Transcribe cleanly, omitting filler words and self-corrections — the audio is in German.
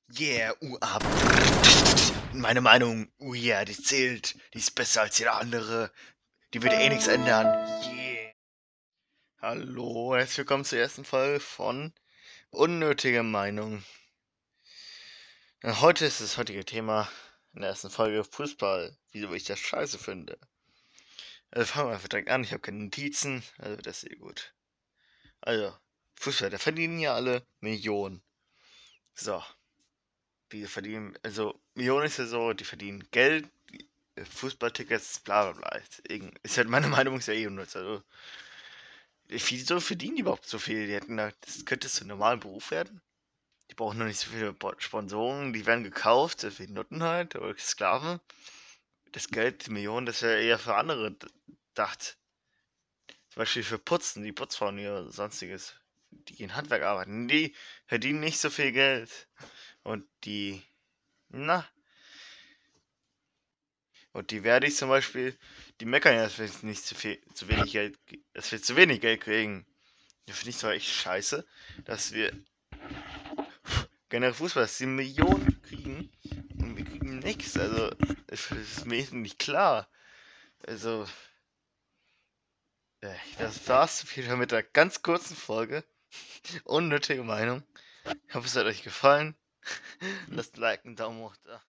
Yeah, meine Meinung, yeah, die zählt. Die ist besser als jede andere. Die würde eh nichts ändern. Yeah. Hallo, herzlich willkommen zur ersten Folge von Unnötige Meinung. Heute ist das heutige Thema in der ersten Folge Fußball, wieso ich das scheiße finde. Also fangen wir einfach direkt an, ich habe keine Notizen, also das ist eh gut. Also, Fußball, da verdienen ja alle Millionen. So, die verdienen, also Millionen ist ja so, die verdienen Geld, Fußballtickets, bla bla bla. Ist halt meine Meinung, ist ja eh unnütz. Also, wieso verdienen die überhaupt so viel? Das könnte zu einem normalen Beruf werden. Die brauchen noch nicht so viele Sponsoren, die werden gekauft, wie Nutten halt, oder Sklaven. Das Geld, die Millionen, das wäre eher für andere gedacht. Zum Beispiel für Putzen, die Putzfrauen oder sonstiges. Die gehen Handwerk arbeiten. Die verdienen nicht so viel Geld. Und na, und die werde ich zum Beispiel, die meckern ja, dass wir nicht zu wenig Geld, dass wir zu wenig Geld kriegen. Das finde ich zwar echt scheiße, dass wir generell Fußball, dass sie Millionen kriegen und wir kriegen nichts. Also, das ist mir nicht klar. Also, das war's wieder mit der ganz kurzen Folge. Unnötige Meinung. Ich hoffe, es hat euch gefallen. Lasst ein Like, einen Daumen hoch da.